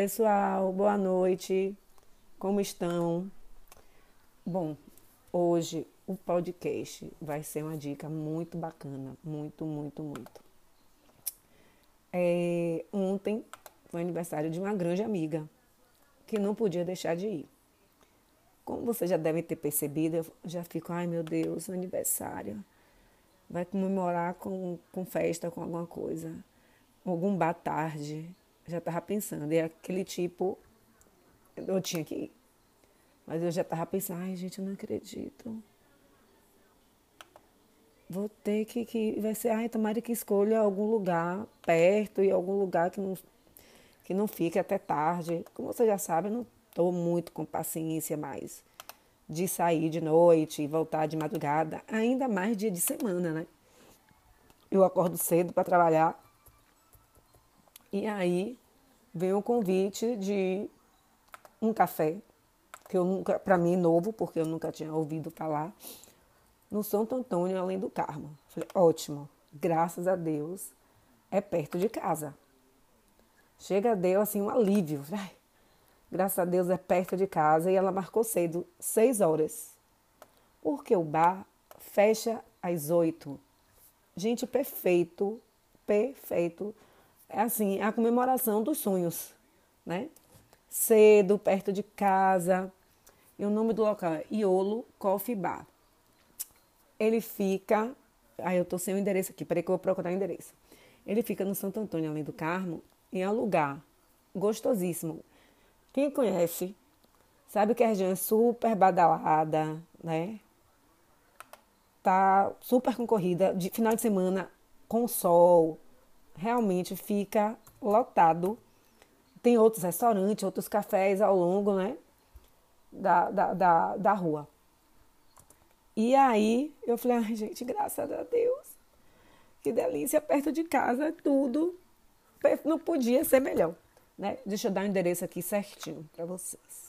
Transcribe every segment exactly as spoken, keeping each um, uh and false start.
pessoal, boa noite. Como estão? Bom, hoje o podcast vai ser uma dica muito bacana, muito, muito, muito. É, ontem foi aniversário de uma grande amiga que não podia deixar de ir. Como vocês já devem ter percebido, eu já fico, ai meu Deus, aniversário. Vai comemorar com, com festa, com alguma coisa. Algum bar tarde. Já estava pensando. E aquele tipo, eu tinha que ir. Mas eu já estava pensando, ai gente, eu não acredito. Vou ter que, que vai ser, ai, tomara que escolha algum lugar perto e algum lugar que não, que não fique até tarde. Como você já sabe, eu não estou muito com paciência mais de sair de noite e voltar de madrugada, ainda mais dia de semana, né? Eu acordo cedo para trabalhar e aí veio o convite de um café, que eu nunca, para mim, novo, porque eu nunca tinha ouvido falar, no Santo Antônio, além do Carmo. Falei, ótimo, graças a Deus, é perto de casa. Chega, deu assim um alívio. Ai, graças a Deus é perto de casa e ela marcou cedo, seis horas. Porque o bar fecha às oito. Gente, perfeito, perfeito. É assim, é a comemoração dos sonhos, né? Cedo, perto de casa. E o nome do local é Iolo Coffee Bar. Ele fica... Ai, eu tô sem o endereço aqui, peraí que eu vou procurar o endereço. Ele fica no Santo Antônio, além do Carmo, e é um lugar gostosíssimo. Quem conhece, sabe que a região é super badalada, né? Tá super concorrida, de final de semana com sol, realmente fica lotado. Tem outros restaurantes, outros cafés ao longo, né, da, da, da, da rua. E aí eu falei, ai gente, graças a Deus, que delícia, perto de casa, tudo, não podia ser melhor, né? Deixa eu dar o endereço aqui certinho para vocês.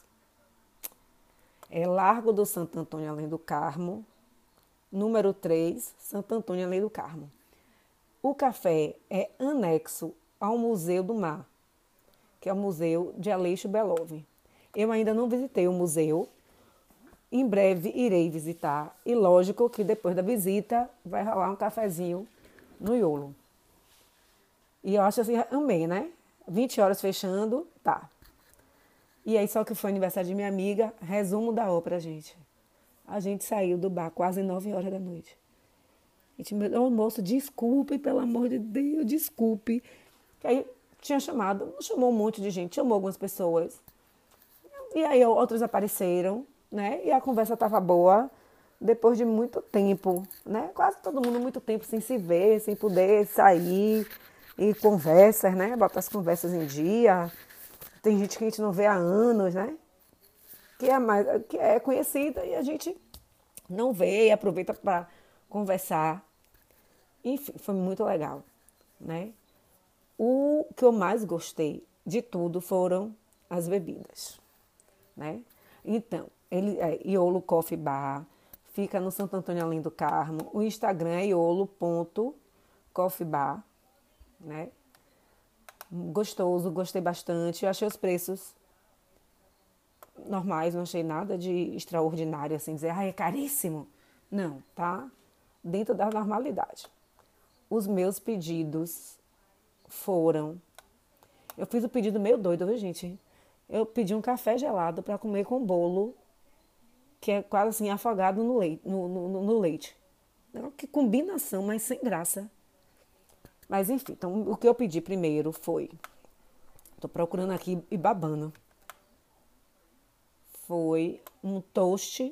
É Largo do Santo Antônio, além do Carmo, número três, Santo Antônio, além do Carmo. O café é anexo ao Museu do Mar, que é o Museu de Aleixo Belove. Eu ainda não visitei o museu, em breve irei visitar. E lógico que depois da visita vai rolar um cafezinho no Iolo. E eu acho assim, amei, né? vinte horas fechando, tá. E aí só que foi aniversário de minha amiga, resumo da ópera, gente. A gente saiu do bar quase nove horas da noite. A gente, meu moço, desculpe, pelo amor de Deus, desculpe. Aí tinha chamado, não chamou um monte de gente, chamou algumas pessoas. E aí outros apareceram, né? E a conversa estava boa, depois de muito tempo, né? Quase todo mundo muito tempo sem se ver, sem poder sair. E conversas, né? Botar as conversas em dia. Tem gente que a gente não vê há anos, né? Que é, mais, que é conhecida e a gente não vê e aproveita para conversar. Enfim, foi muito legal, né? O que eu mais gostei de tudo foram as bebidas, né? Então, ele é Iolo Coffee Bar, fica no Santo Antônio Além do Carmo. O Instagram é iolo ponto coffee bar, né? Gostoso, gostei bastante. Eu achei os preços normais, não achei nada de extraordinário, assim, dizer, ah, é caríssimo. Não, tá dentro da normalidade. Os meus pedidos foram... Eu fiz o pedido meio doido, viu, gente? Eu pedi um café gelado para comer com bolo, que é quase assim, afogado no leite. No, no, no leite. Que combinação, mas sem graça. Mas enfim, então o que eu pedi primeiro foi... Tô procurando aqui e babando. Foi um toast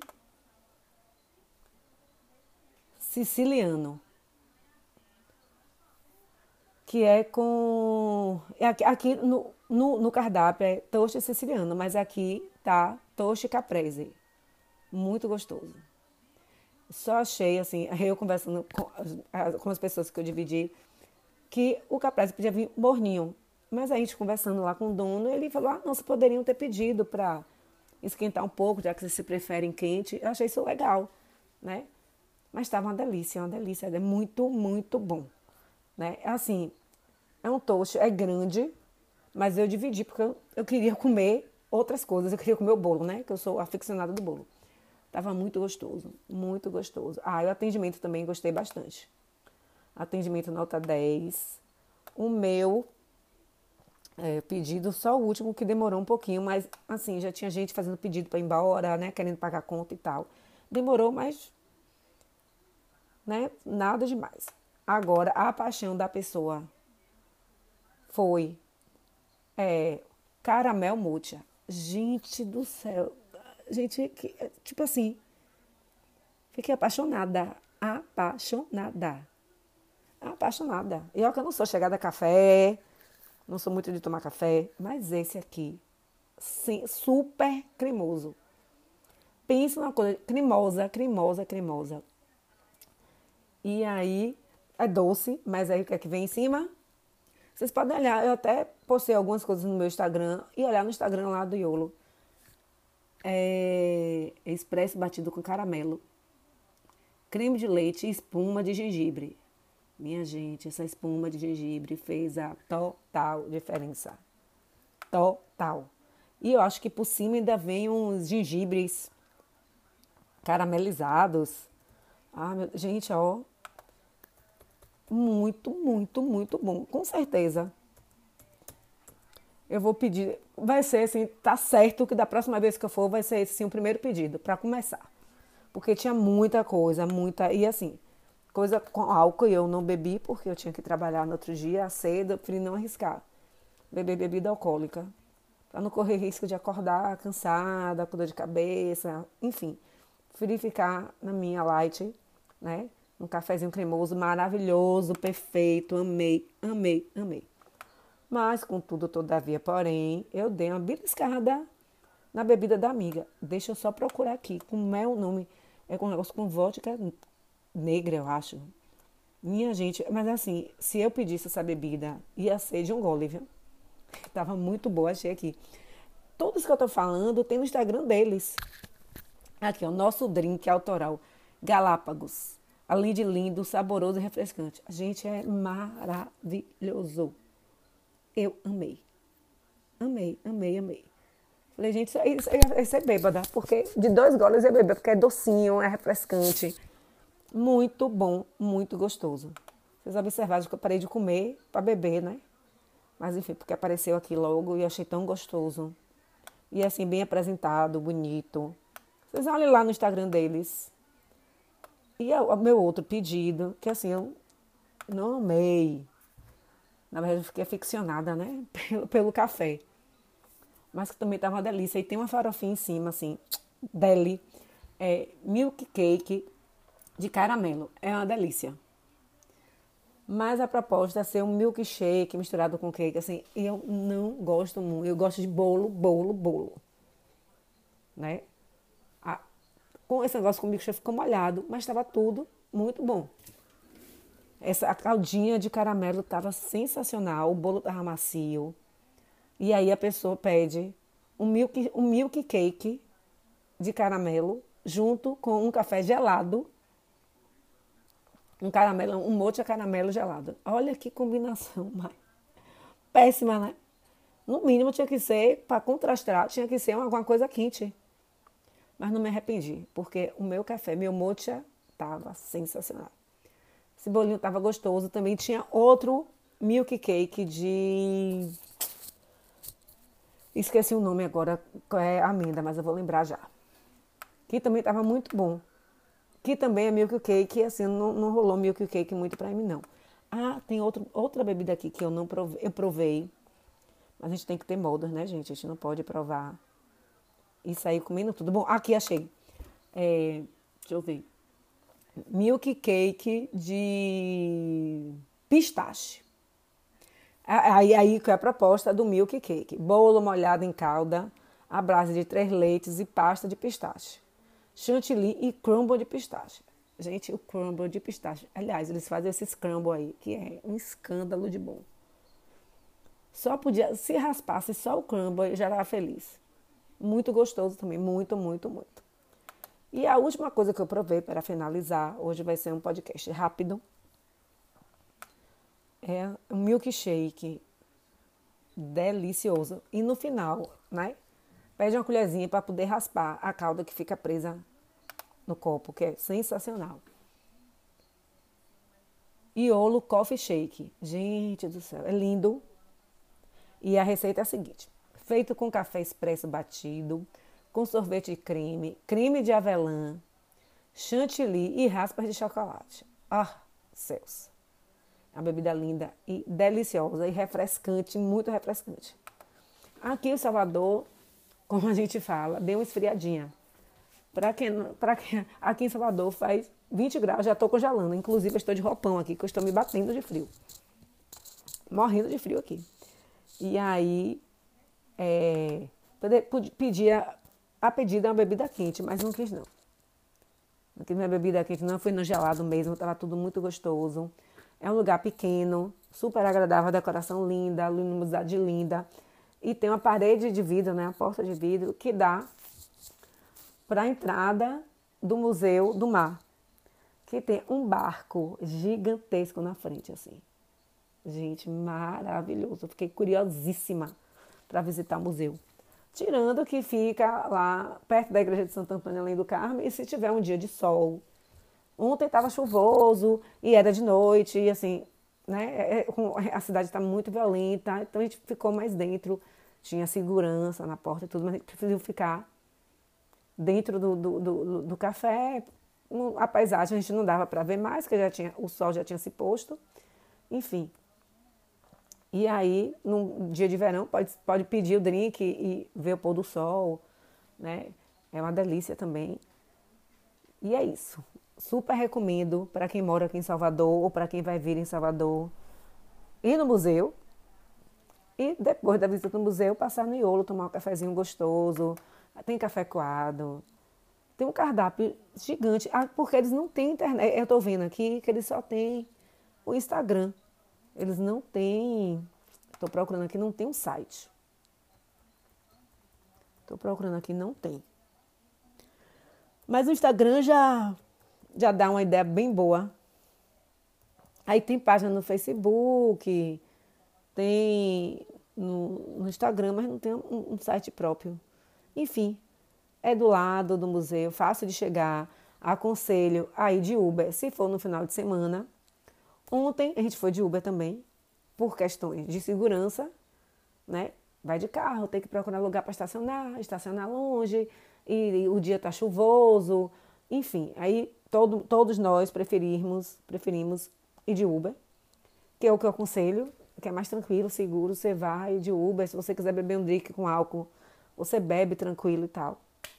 siciliano. Que é com... É aqui aqui no, no, no cardápio é toast siciliano, mas aqui tá toast caprese. Muito gostoso. Só achei, assim, eu conversando com as, com as pessoas que eu dividi, que o caprese podia vir morninho. Mas a gente conversando lá com o dono, ele falou, ah, não, vocês poderiam ter pedido para esquentar um pouco, já que vocês se preferem quente. Eu achei isso legal, né? Mas estava uma delícia, uma delícia. É muito, muito bom, né? Assim, é um toast, é grande, Mas eu dividi porque eu, eu queria comer outras coisas. Eu queria comer o bolo, né? Que eu sou aficionada do bolo. Tava muito gostoso, muito gostoso. Ah, e o atendimento também gostei bastante. Atendimento nota dez. O meu é, pedido, só o último que demorou um pouquinho, mas assim, já tinha gente fazendo pedido para ir embora, né? Querendo pagar a conta e tal. Demorou, mas né? Nada demais. Agora, a paixão da pessoa foi é, caramel mocha. Gente do céu. Gente, que- tipo assim, fiquei apaixonada. Apaixonada. Apaixonada. E olha que eu não sou chegada a café, não sou muito de tomar café, mas esse aqui, sim, super cremoso. Pensa numa coisa cremosa, cremosa, cremosa. E aí, é doce, mas aí o que é que vem em cima? Vocês podem olhar, eu até postei algumas coisas no meu Instagram e olhar no Instagram lá do Iolo. É expresso batido com caramelo, creme de leite e espuma de gengibre. Minha gente, essa espuma de gengibre fez a total diferença. Total. E eu acho que por cima ainda vem uns gengibres caramelizados. Ah, meu, gente, ó, muito, muito, muito bom. Com certeza. Eu vou pedir. Vai ser assim, tá certo que da próxima vez que eu for, vai ser esse sim o primeiro pedido, para começar. Porque tinha muita coisa, muita. E assim, coisa com álcool eu não bebi, porque eu tinha que trabalhar no outro dia, cedo, eu preferi não arriscar. Beber bebida alcoólica. Para não correr risco de acordar cansada, com dor de cabeça, enfim. Preferi ficar na minha light, né? Um cafezinho cremoso, maravilhoso, perfeito, amei, amei, amei. Mas, contudo, todavia, porém, eu dei uma beliscada na bebida da amiga. Deixa eu só procurar aqui. Como é o nome? É com um negócio com vodka negra, eu acho. Minha gente, mas assim, se eu pedisse essa bebida, ia ser de um gole, viu? Tava muito boa, achei aqui. Todos que eu tô falando tem no Instagram deles. Aqui, ó, nosso drink autoral. Galápagos. Além de lindo, saboroso e refrescante. Gente, é maravilhoso. Eu amei. Amei, amei, amei. Falei, gente, isso aí, isso aí é ser bêbada, porque de dois goles é bêbada, porque é docinho, é refrescante. Muito bom, muito gostoso. Vocês observaram que eu parei de comer para beber, né? Mas enfim, porque apareceu aqui logo e eu achei tão gostoso. E assim, bem apresentado, bonito. Vocês olhem lá no Instagram deles. E o meu outro pedido, que assim, eu não amei. Na verdade, eu fiquei aficionada, né? Pelo, pelo café. Mas que também tava uma delícia. E tem uma farofinha em cima, assim, deli. É, milk cake de caramelo. É uma delícia. Mas a proposta é ser um milkshake misturado com cake, assim, e eu não gosto muito. Eu gosto de bolo, bolo, bolo, né? A, com esse negócio com o milkshake ficou molhado, mas estava tudo muito bom. Essa a caldinha de caramelo estava sensacional, o bolo estava macio. E aí a pessoa pede um milk, um milk cake de caramelo junto com um café gelado, um caramelo, um mocha caramelo gelado. Olha que combinação, mãe. Péssima, né? No mínimo tinha que ser, para contrastar, tinha que ser alguma coisa quente. Mas não me arrependi, porque o meu café, meu mocha, estava sensacional. Esse bolinho estava gostoso. Também tinha outro milk cake de... Esqueci o nome agora, é amêndoa, mas eu vou lembrar já. Que também estava muito bom. Que também é milk cake, assim, não, não rolou milk cake muito pra mim, não. Ah, tem outro, outra bebida aqui que eu não provei, eu provei. Mas a gente tem que ter moldas, né, gente? A gente não pode provar e sair comendo tudo. Bom, aqui achei. É, deixa eu ver. Milk cake de pistache. Aí, aí que é a proposta do milk cake. Bolo molhado em calda, à base de três leites e pasta de pistache. Chantilly e crumble de pistache. Gente, o crumble de pistache. Aliás, eles fazem esse crumble aí, que é um escândalo de bom. Só podia, se raspasse só o crumble, eu já estava feliz. Muito gostoso também, muito, muito, muito. E a última coisa que eu provei para finalizar, hoje vai ser um podcast rápido, é um milkshake delicioso. E no final, né? Pede uma colherzinha para poder raspar a calda que fica presa no copo, que é sensacional. Iolo Coffee Shake. Gente do céu, é lindo. E a receita é a seguinte. Feito com café expresso batido, com sorvete de creme, creme de avelã, chantilly e raspas de chocolate. Ah, céus. É uma bebida linda e deliciosa e refrescante, muito refrescante. Aqui em Salvador, como a gente fala, deu uma esfriadinha. Para quem, para quem aqui em Salvador faz vinte graus, já estou congelando. Inclusive, estou de roupão aqui, que eu estou me batendo de frio. Morrendo de frio aqui. E aí, é, pedia, a pedida é uma bebida quente, mas não quis não. Não quis minha bebida quente, não, fui no gelado mesmo, estava tudo muito gostoso. É um lugar pequeno, super agradável, decoração linda, luminosidade linda. E tem uma parede de vidro, né, uma porta de vidro, que dá para a entrada do Museu do Mar, que tem um barco gigantesco na frente, assim. Gente, maravilhoso. Eu fiquei curiosíssima para visitar o museu. Tirando que fica lá perto da igreja de Santo Antônio, além do Carmo, e se tiver um dia de sol. Ontem estava chuvoso e era de noite, e assim, né, a cidade está muito violenta, então a gente ficou mais dentro, tinha segurança na porta e tudo, mas a gente preferiu ficar dentro do, do, do, do café. A paisagem a gente não dava para ver mais, porque já tinha, o sol já tinha se posto, enfim. E aí, num dia de verão, pode, pode pedir o drink e ver o pôr do sol, né? É uma delícia também. E é isso. Super recomendo para quem mora aqui em Salvador ou para quem vai vir em Salvador ir no museu. E depois da visita no museu, passar no Iolo, tomar um cafezinho gostoso. Tem café coado. Tem um cardápio gigante. Ah, porque eles não têm internet. Eu estou vendo aqui que eles só têm o Instagram. Eles não têm... Estou procurando aqui, não tem um site. Estou procurando aqui, não tem. Mas o Instagram já, já dá uma ideia bem boa. Aí tem página no Facebook, tem no, no Instagram, mas não tem um, um site próprio. Enfim, é do lado do museu, fácil de chegar. Aconselho a ir de Uber, se for no final de semana. Ontem a gente foi de Uber também, por questões de segurança, né? Vai de carro, tem que procurar lugar para estacionar, estacionar longe, e, e o dia está chuvoso, enfim. Aí todo, todos nós preferimos, preferimos ir de Uber, que é o que eu aconselho, que é mais tranquilo, seguro, você vai de Uber, se você quiser beber um drink com álcool, você bebe tranquilo e tal.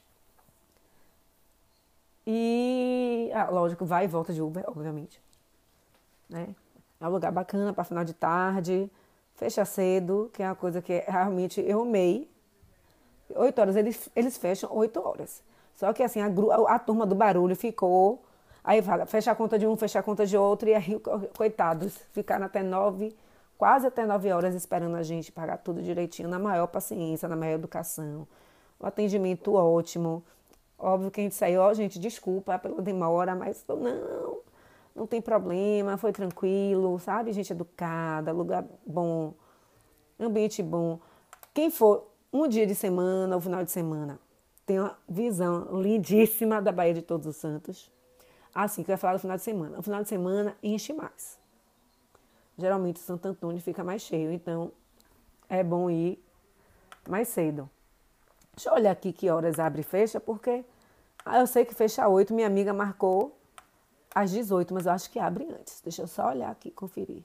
E, ah, lógico, vai e volta de Uber, obviamente. Né? É um lugar bacana para final de tarde, fecha cedo, que é uma coisa que realmente eu amei. Oito horas, eles, eles fecham oito horas. Só que assim, a, a turma do barulho ficou, aí fala, fecha a conta de um, fecha a conta de outro, e aí, coitados, ficaram até nove, quase até nove horas esperando a gente pagar tudo direitinho, na maior paciência, na maior educação. O atendimento ótimo. Óbvio que a gente saiu, ó, gente, desculpa pela demora, mas não... Não tem problema, foi tranquilo, sabe? Gente educada, lugar bom, ambiente bom. Quem for um dia de semana ou final de semana, tem uma visão lindíssima da Baía de Todos os Santos. Assim, que eu ia falar do final de semana. O final de semana enche mais. Geralmente o Santo Antônio fica mais cheio, então é bom ir mais cedo. Deixa eu olhar aqui que horas abre e fecha, porque ah, eu sei que fecha oito, minha amiga marcou às dezoito, mas eu acho que abre antes. Deixa eu só olhar aqui, conferir.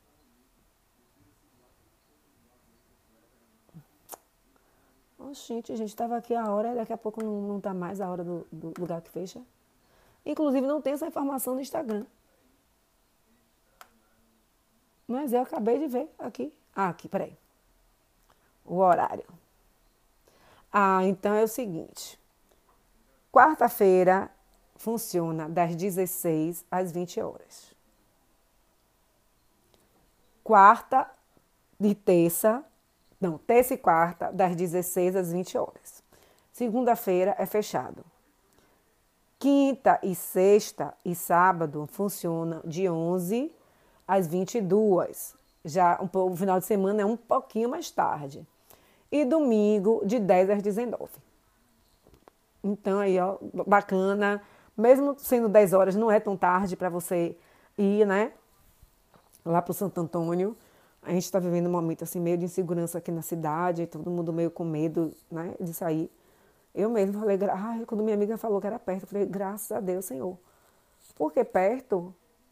Oxente, a gente estava aqui a hora, daqui a pouco não, não tá mais a hora do, do lugar que fecha. Inclusive, não tem essa informação no Instagram. Mas eu acabei de ver aqui. Ah, aqui, peraí. O horário. Ah, então é o seguinte. Quarta-feira funciona das dezesseis às vinte horas. Quarta e terça, não, terça e quarta, das dezesseis às vinte horas. Segunda-feira é fechado. Quinta e sexta e sábado funciona de onze às vinte e duas. Já um, o final de semana é um pouquinho mais tarde. E domingo, de dez às dezenove. Então, aí, ó, bacana. Mesmo sendo dez horas, não é tão tarde para você ir, né? Lá para o Santo Antônio. A gente está vivendo um momento assim, meio de insegurança aqui na cidade, todo mundo meio com medo, né, de sair. Eu mesmo falei, ai, quando minha amiga falou que era perto, eu falei, graças a Deus, Senhor. Porque perto,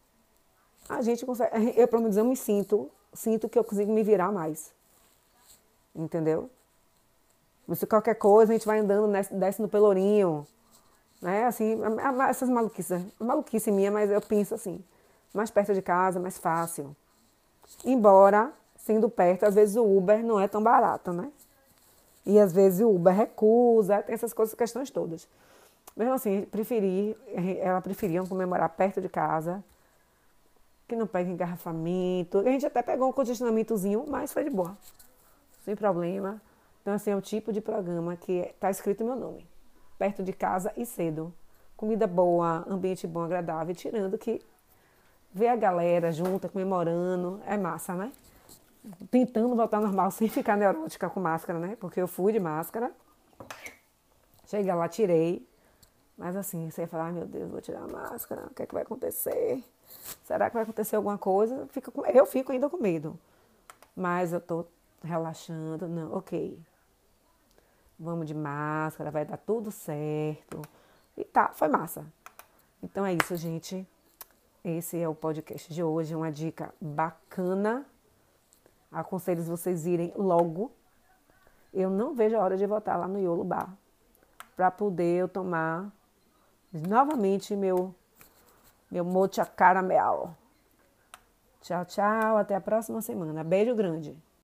a gente consegue, eu pelo menos eu me sinto, sinto que eu consigo me virar mais. Entendeu? Se qualquer coisa, a gente vai andando, desce, desce no Pelourinho, né, assim, essas maluquices, maluquice minha, mas eu penso assim, mais perto de casa, mais fácil. Embora, sendo perto, às vezes o Uber não é tão barato, né? E às vezes o Uber recusa, tem essas coisas, questões todas. Mesmo assim, preferir, ela preferia comemorar perto de casa, que não pegue engarrafamento. A gente até pegou um congestionamentozinho, mas foi de boa, sem problema. Então, assim, é o tipo de programa que está escrito meu nome. Perto de casa e cedo. Comida boa, ambiente bom, agradável, tirando que ver a galera junta, comemorando, é massa, né? Tentando voltar ao normal sem ficar neurótica com máscara, né? Porque eu fui de máscara. Cheguei lá, tirei. Mas assim, você ia falar, ai meu Deus, vou tirar a máscara, o que é que vai acontecer? Será que vai acontecer alguma coisa? Fico com... Eu fico ainda com medo. Mas eu tô relaxando, não, ok. Vamos de máscara, vai dar tudo certo. E tá, foi massa. Então é isso, gente. Esse é o podcast de hoje, uma dica bacana. Aconselho vocês irem logo. Eu não vejo a hora de voltar lá no Iolo Bar para poder eu tomar novamente meu, meu mocha caramel. Tchau, tchau. Até a próxima semana. Beijo grande.